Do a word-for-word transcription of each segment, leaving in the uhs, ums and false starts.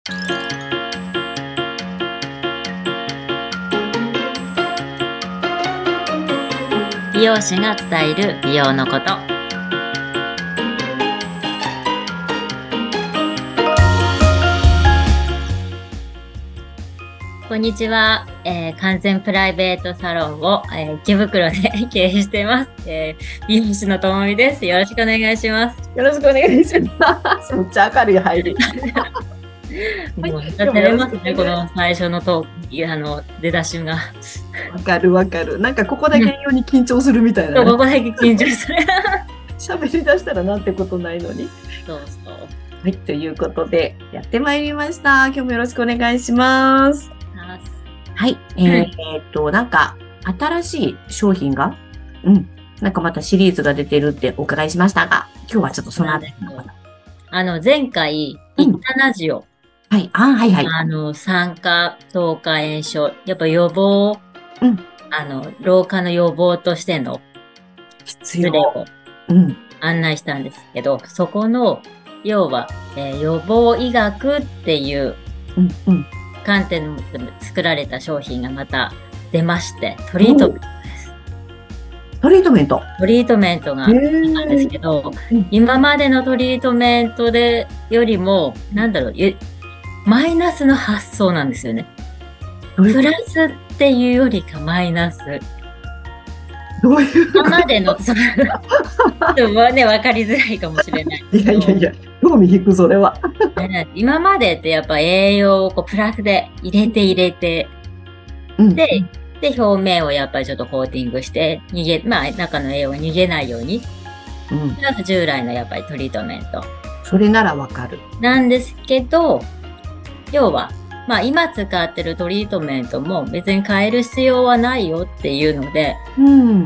美容師が伝える美容のこと。こんにちは、えー、完全プライベートサロンを、えー、池袋で経営しています、えー、美容師のともみです。よろしくお願いします。 よろしくお願いします。めっちゃ明るい入り。 もう照れますね、この最初のトーク、あの出だしが。 わかるわかる。なんかここだけように緊張するみたいな、 ね、ここだけ緊張する。 喋り出したらなんてことないのに。 そうそう。 はい、ということでやってまいりました。今日もよろしくお願いします。はい、えー、えー、っと、なんか、新しい商品が、うん、なんかまたシリーズが出てるってお伺いしましたが、今日はちょっとそのあたりのこと。 あの、前回、行ったラジオ。 うん、はい、あ、はいはい。 あの、酸化、糖化炎症、やっぱ予防、うん、あの、老化の予防としての、 必要を、うん、案内したんですけど、そこの、要は、えー、予防医学っていう、うんうん観点で作られた商品がまた出まして、トリートメントです。 トリートメントトリートメントが出たんですけど、今までのトリートメントでよりも、なんだろう、マイナスの発想なんですよね。プラスっていうよりかマイナス。 どういう今までの、その、ね、わかりづらいかもしれないけど。 いやいやいや、興味引く、それは。 今までってやっぱ栄養をこうプラスで入れて入れて、うん、で、で、表面をやっぱりちょっとコーティングして、逃げ、まあ中の栄養が逃げないように。うん。なんか従来のやっぱりトリートメント。 それならわかる。 なんですけど、要は、まあ今使ってるトリートメントも別に変える必要はないよっていうので、うん、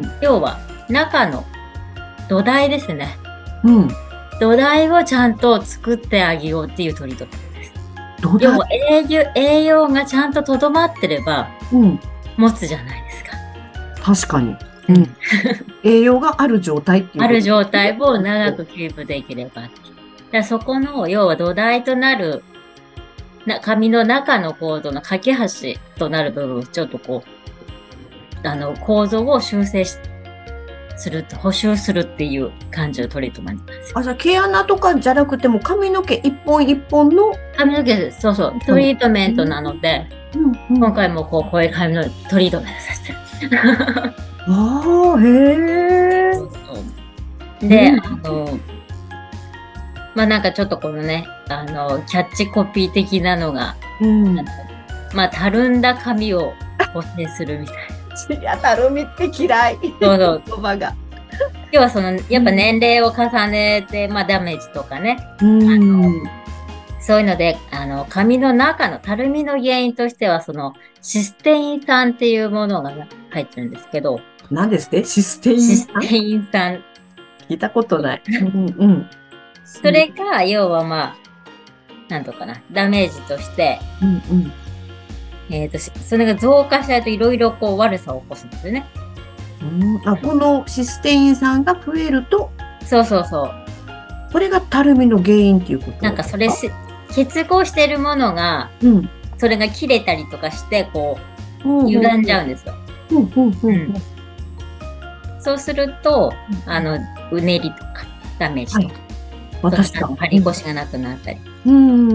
要は中の土台ですね。うん。土台をちゃんと作ってあげようっていうトリートメントです。要は栄養、栄養がちゃんととどまってれば、うん、持つじゃないですか。 確かに。うん、栄養がある状態っていうある状態を長くキープできれば。だそこの、要は土台となる、な髪の中の構造の架け橋となる部分をちょっとこう、あの、構造を修正し、する、補修するっていう感じのトリートメントなんですよ。 あ、じゃあ毛穴とかじゃなくても髪の毛一本一本の髪の毛です。そうそう。トリートメントなので、うんうん、今回もこう、こういう髪のトリートメントさせてる。 ああ、へえ。そうそうで、うん、あの、まあなんかちょっとこのね、あの、キャッチコピー的なのが、うん、まあ、たるんだ髪を補正するみたいな。 いや、たるみって嫌い。 そうそう。 言葉が。 要はその、やっぱ年齢を重ねて、うん、まあダメージとかね。うん、あのそういうので、あの、髪の中のたるみの原因としては、その、システイン酸っていうものが入ってるんですけど。 何ですってシステイン酸システイン酸。 聞いたことない。うんうん。 それが、要はまあ、なんとかな、ダメージとして、うんうん、えっと、それが増加しないといろいろこう悪さを起こすんですよね。 うん、あ、このシステイン酸が増えると、 そうそうそう。 これがたるみの原因っていうことなんかそれし、結合しているものが、うん、それが切れたりとかして、こう、歪んじゃうんですよ。そうすると、あの、うねりとか、ダメージとか。はい私か。 張り腰がなくなったり。うん。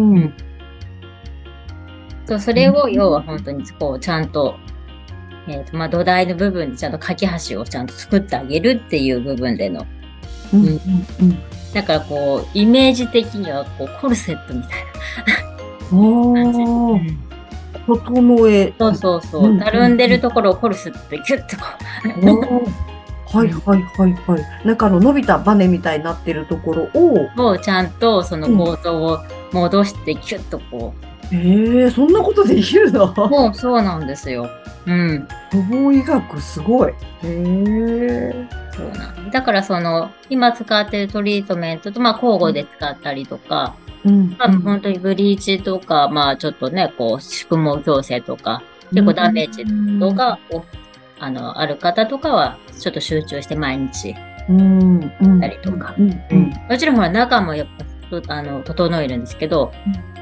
うん、そう、それを要は本当にこう、ちゃんと、えっと、まあ、土台の部分でちゃんと架け橋をちゃんと作ってあげるっていう部分での。うん。うん。うん、だからこう、イメージ的にはこう、コルセットみたいな感じ。 おー。整え。 そうそうそう。たるんでるところをコルセットでギュッとこう。 はいはいはいはい。なんかあの伸びたバネみたいになってるところを。 もうちゃんとその構造を戻してキュッとこう。うん、ええー、そんなことできるの？ もうそうなんですよ。うん。 予防医学すごい。へえ。 そうなんだからその、今使ってるトリートメントと、まあ交互で使ったりとか、うん、まあ本当にブリーチとか、まあちょっとね、こう、宿毛矯正とか、結構ダメージとか、うんあの、ある方とかは、ちょっと集中して毎日、うん、たりとか。うんうん、もちろんほら、中もやっぱ、あの、整えるんですけど、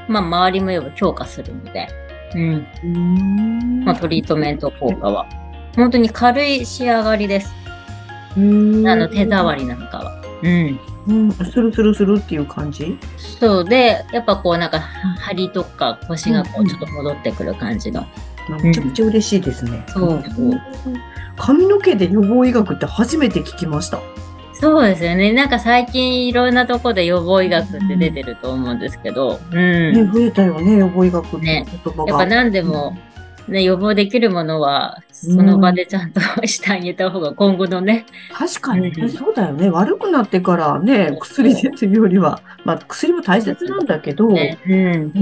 まあ、周りも要は強化するので、うん。うんまあ、トリートメント効果は、本当に軽い仕上がりです。あの、手触りなんかは。うん。 うん、スルスルスルっていう感じ？ そうで、やっぱこうなんか、張りとか腰がこうちょっと戻ってくる感じの。 うんうん、めちゃくちゃ嬉しいですね。 うん、そうそう。 髪の毛で予防医学って初めて聞きました。 そうですよね。なんか最近いろんなとこで予防医学って出てると思うんですけど。うん。 ね、増えたよね、予防医学って言葉が。 ね、やっぱ何でも、ね、予防できるものは、その場でちゃんとしてあげた方が今後のね。 確かに、ね、そうだよね。悪くなってからね、薬でというよりは、まあ薬も大切なんだけど、ね、うん。 うん。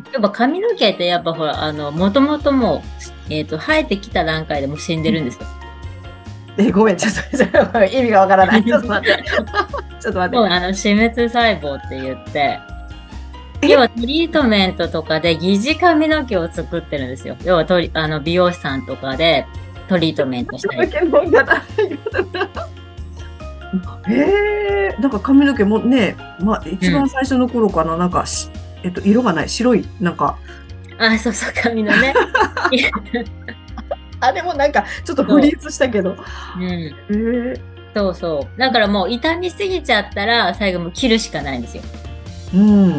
やっぱ髪の毛ってやっぱほら、あの、もともともう、えっと、生えてきた段階でも死んでるんですよ。 え、ごめん、ちょっと、意味がわからない。ちょっと待って。ちょっと待って。 もう、あの、死滅細胞って言って、要はトリートメントとかで疑似髪の毛を作ってるんですよ。要はトリあの美容師さんとかでトリートメントしたり。 へえ、なんか髪の毛もね、まあ一番最初の頃かな、うん、なんかえっと色がない白いなんか。 あ、そうそう髪のね。 あれもなんかちょっとフリーズしたけど。 うん。へえ。そうそう。だからもう傷みすぎちゃったら最後もう切るしかないんですよ。 うん、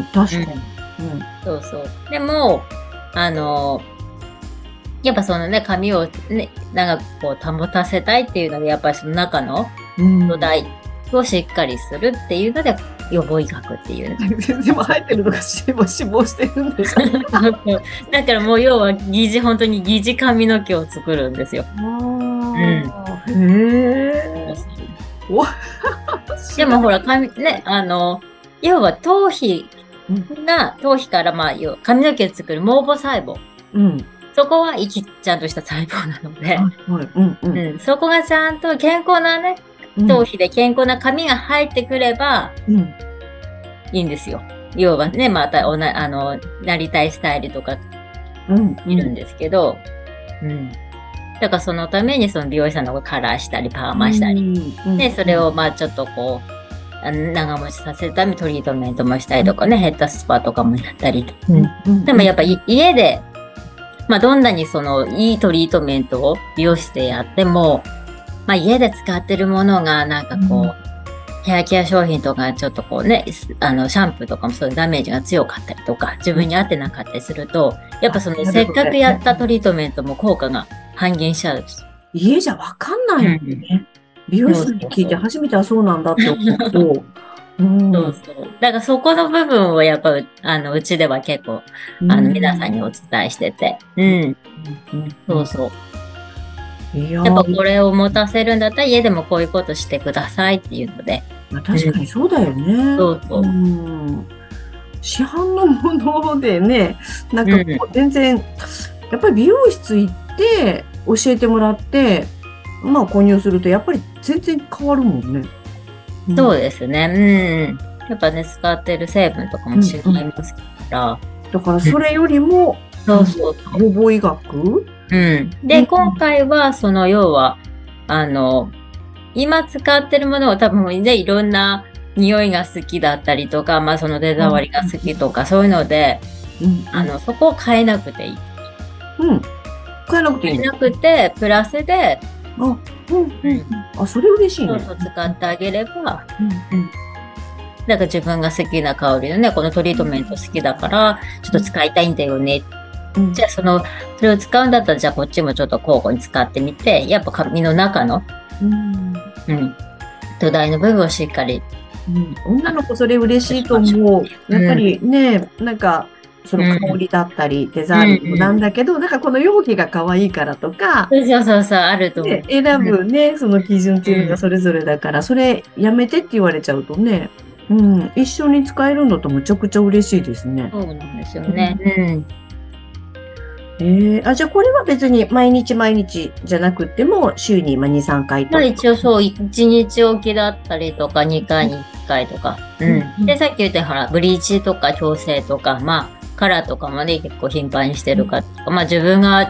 確かに。うん、 そうそう。でも、あの、やっぱそのね、髪をね、なんかこう保たせたいっていうので、やっぱりその中の土台をしっかりするっていうので、予防医学っていう。 全然生えてるのが死亡してるんですだからもう要は疑似、本当に疑似髪の毛を作るんですよ。うん、へえ。でもほら、髪、ね、あの、要は頭皮が、頭皮からまあ、髪の毛を作る毛母細胞。うん。そこは生きちゃんとした細胞なので、はいうんうんうん、そこがちゃんと健康なね、頭皮で健康な髪が生えてくれば、うん、いいんですよ。要はね、またおな、あの、なりたいスタイルとか、いるんですけど、うん、うん。だからそのためにその美容師さんの方がカラーしたり、パーマしたり、うん、で、それをまあちょっとこう、長持ちさせるためにトリートメントもしたりとかね、ヘッドスパとかもやったりと。うん、でもやっぱり家で、まあどんなにそのいいトリートメントを美容室でやっても、まあ家で使ってるものがなんかこう、うん、ヘアケア商品とかちょっとこうね、あのシャンプーとかもそういうダメージが強かったりとか、自分に合ってなかったりすると、やっぱそのせっかくやったトリートメントも効果が半減しちゃうんです。 家じゃわかんないよね。うん、美容室に聞いて初めてはそうなんだって思うと、 うん、そうそう。だからそこの部分をやっぱ、あの、うちでは結構、あの、皆さんにお伝えしてて。うん。うん、そうそう。いや、やっぱこれを持たせるんだったら家でもこういうことしてくださいっていうので。 まあ、確かにそうだよね。うん、そうそう。うん、市販のものでね、なんかこう全然、うん、やっぱり美容室行って教えてもらって、まあ購入するとやっぱり全然変わるもんね。 うん、そうですね。うん。やっぱね、使ってる成分とかも違いますから。うんうん、 だからそれよりも、 そうそうそう。 予防医学？ うん。で、うん、今回は、その、要は、あの、今使ってるものを多分ね、いろんな匂いが好きだったりとか、まあその手触りが好きとか、うん、そういうので、うん、あの、そこを変えなくていい。 うん。変えなくていい。 変えなくて、プラスで、 あ、うん、うん。あ、それ嬉しいね。 そうそう使ってあげれば、うん、うん。だから自分が好きな香りのね、このトリートメント好きだから、ちょっと使いたいんだよね。うん、じゃあその、それを使うんだったら、じゃあこっちもちょっと交互に使ってみて、やっぱ髪の中の、うん、うん。土台の部分をしっかり。 うん、女の子それ嬉しいと思う。やっぱりね、うん、なんか、その香りだったり、デザインなんだけど、うんうん、なんかこの容器が可愛いからとか、 そうそうそう、あると思う。 選ぶね、その基準っていうのがそれぞれだから、うん、それやめてって言われちゃうとね、うん、一緒に使えるのとむちゃくちゃ嬉しいですね。 そうなんですよね。うん。 えー、あ、じゃあこれは別に毎日毎日じゃなくても、週にに、さんかいとか。 まあ一応そう、いちにちおきだったりとか、にかいにいっかいとか。うん。うん、で、さっき言ったほら、ブリーチとか矯正とか、まあ、カラーとかもね、結構頻繁にしてるかとか、まあ自分が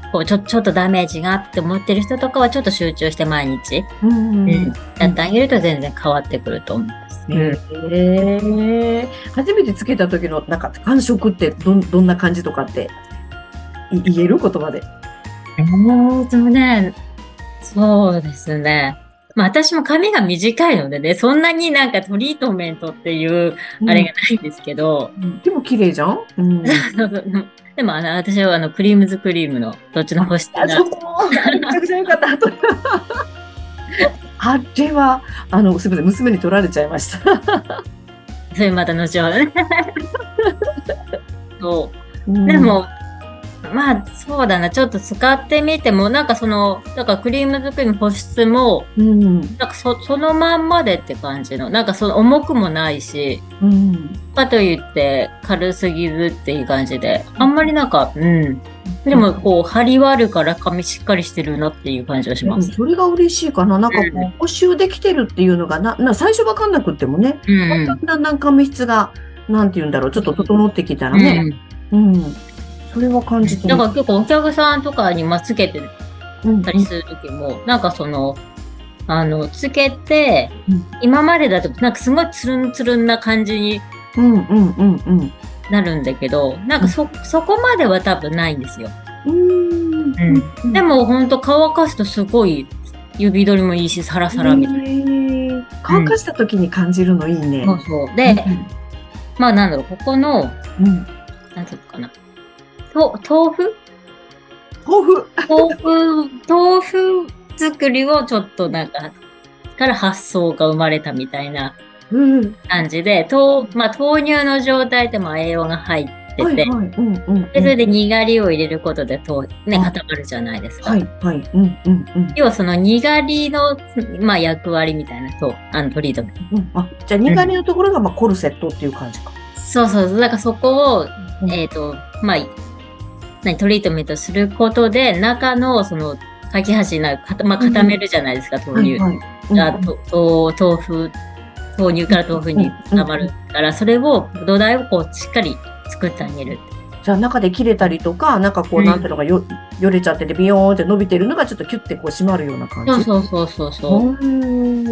こう、ちょ、ちょっとダメージがって思ってる人とかはちょっと集中して毎日、 うんうん。 やってあげると全然変わってくると思います。 へえ。初めてつけた時のなんか感触ってどん、どんな感じとかってい言える言葉で。 えーとね、そうですね。まあ私も髪が短いのでね、そんなになんかトリートメントっていうあれがないんですけど。 うん、でも綺麗じゃん、うん、 でもあの、私はあの、クリームズクリームの、そっちの保湿が。 あ、そこも、めちゃくちゃ良かった。あれは、あの、すみません、娘に取られちゃいました。 それまた後ほどね。そう。うん、でも、まあ、そうだな。ちょっと使ってみても、なんかその、だからクリーム作りの保湿も、うん、なんかそ、そのまんまでって感じの、なんかその重くもないし、うん、かといって軽すぎずっていう感じで、あんまりなんか、うん。でも、こう、張りはあるから髪しっかりしてるなっていう感じがします。 それが嬉しいかな。なんかこう、補修できてるっていうのがな、な最初わかんなくってもね、うん、だんだんだん髪質が、なんて言うんだろう、ちょっと整ってきたらね、うん、うんそれは感じてる。だから結構お客さんとかにまつけてたりする時も、うん、なんかその、あの、つけて、うん、今までだとなんかすごいつるんつるんな感じになるんだけど、なんかそ、そこまでは多分ないんですよ。うんうん、でもほんと乾かすとすごい指取りもいいし、サラサラみたいな。 乾かした時に感じるのいいね。 そうそう。で、うん、まあなんだろう、ここの、うん、なんていうのかな。と、豆腐豆腐豆腐、豆腐作りをちょっとなんか、から発想が生まれたみたいな感じで、うん、まあ、豆乳の状態でも栄養が入ってて、で、それでにがりを入れることで、とね、固まるじゃないですか。はい、はい、うん、うん、うん。要はそのにがりの、まあ、役割みたいなと、あの、トリートメント。 うん、あ、じゃあにがりのところが、まあ、コルセットっていう感じか。 そうそうそう。だからそこを、うん、えっと、まあ、何、トリートメントすることで、中の、その、架け橋な、まあ、固めるじゃないですか、うん、豆乳。はいはい、とと豆腐、豆乳から豆腐に固まるから、それを、土台をこう、しっかり作ってあげる。 じゃあ、中で切れたりとか、なんかこう、なんていうのがよ、よれちゃってて、ビヨーンって伸びてるのが、ちょっとキュッてこう、締まるような感じ。 そうそうそうそう。 うん、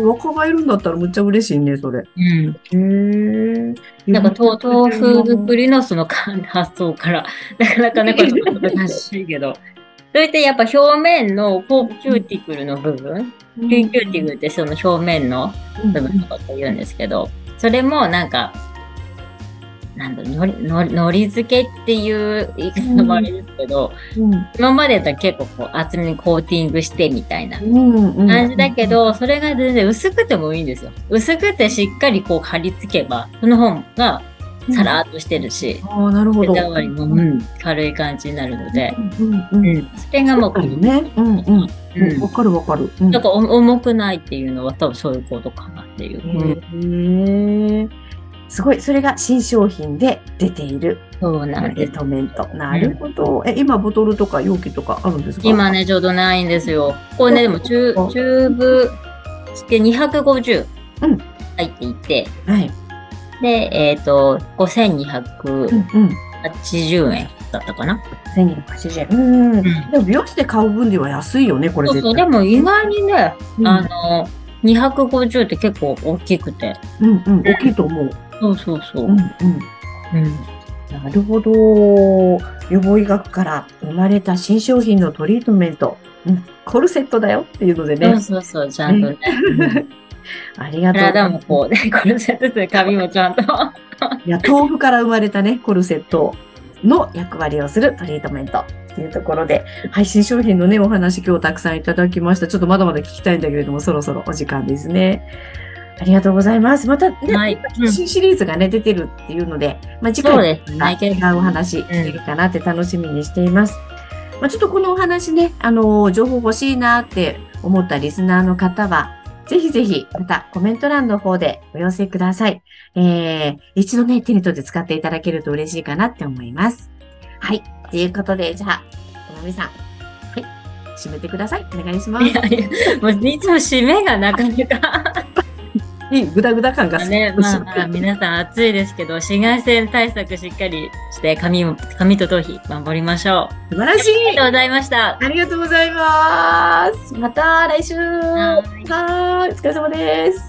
若返るんだったらむっちゃ嬉しいね、それ。うん。 へえ。なんか、豆腐作りのその発想から、なかなかね、これちょっと難しいけど。それってやっぱ表面のキューティクルの部分、うん、キューティクルってその表面の部分のことを言うんですけど、それもなんか、なんだろう、のり、のり、のり付けっていう言い方もあれですけど、うん、今までだと結構こう厚めにコーティングしてみたいな感じだけど、それが全然薄くてもいいんですよ。薄くてしっかりこう貼り付けば、その本がさらっとしてるし、 うん、ああ、なるほど。 手触りも、うん、軽い感じになるので、うんうんうん、それがもう、 そうだよね。うんうんうん。わかるわかる。 だから重くないっていうのは多分そういうことかなっていう。 へー。すごい。それが新商品で出ている。 そうなんです。 トリートメント。なるほど。え、今ボトルとか容器とかあるんですか？ 今ね、ちょうどないんですよ。これね、でもチュチューブしてにひゃくごじゅう入っていて、うん、はい。で、えっ、ー、と、ごせんにひゃくはちじゅうえんだったかな。 ごせんにひゃくはちじゅうえん。うん。うん、でも美容室で買う分では安いよね、これ絶対。 そうそう。でも意外にね、うん、あの、にひゃくごじゅうって結構大きくて。 うんうん、大きいと思う。 そうそうそう。うんうん。うん、 なるほど。予防医学から生まれた新商品のトリートメント。うん、コルセットだよっていうのでね。 そうそうそう、ちゃんとね。 ありがとう。 体もこうね、コルセットで髪もちゃんと。 いや、豆腐から生まれたね、コルセットの役割をするトリートメントというところで、配信商品のね、お話今日たくさんいただきました。ちょっとまだまだ聞きたいんだけれども、そろそろお時間ですね。ありがとうございます。またね、はい、新シリーズがね、出てるっていうので、まあ、次回また違うお話聞けるかなって楽しみにしています。うん、まあ、ちょっとこのお話ね、あの、情報欲しいなって思ったリスナーの方は、ぜひぜひ、またコメント欄の方でお寄せください。えー、一度ね、手に取って使っていただけると嬉しいかなって思います。はい。ということで、じゃあ、おまみさん。はい。締めてください。お願いします。いやいや、 もういつも締めがなかなか。 いいグダグダ感がね、まあまあ皆さん暑いですけど、紫外線対策しっかりして髪も、髪と頭皮守りましょう。素晴らしい。 ありがとうございました。 ありがとうございます。また来週。はーい。お疲れ様です。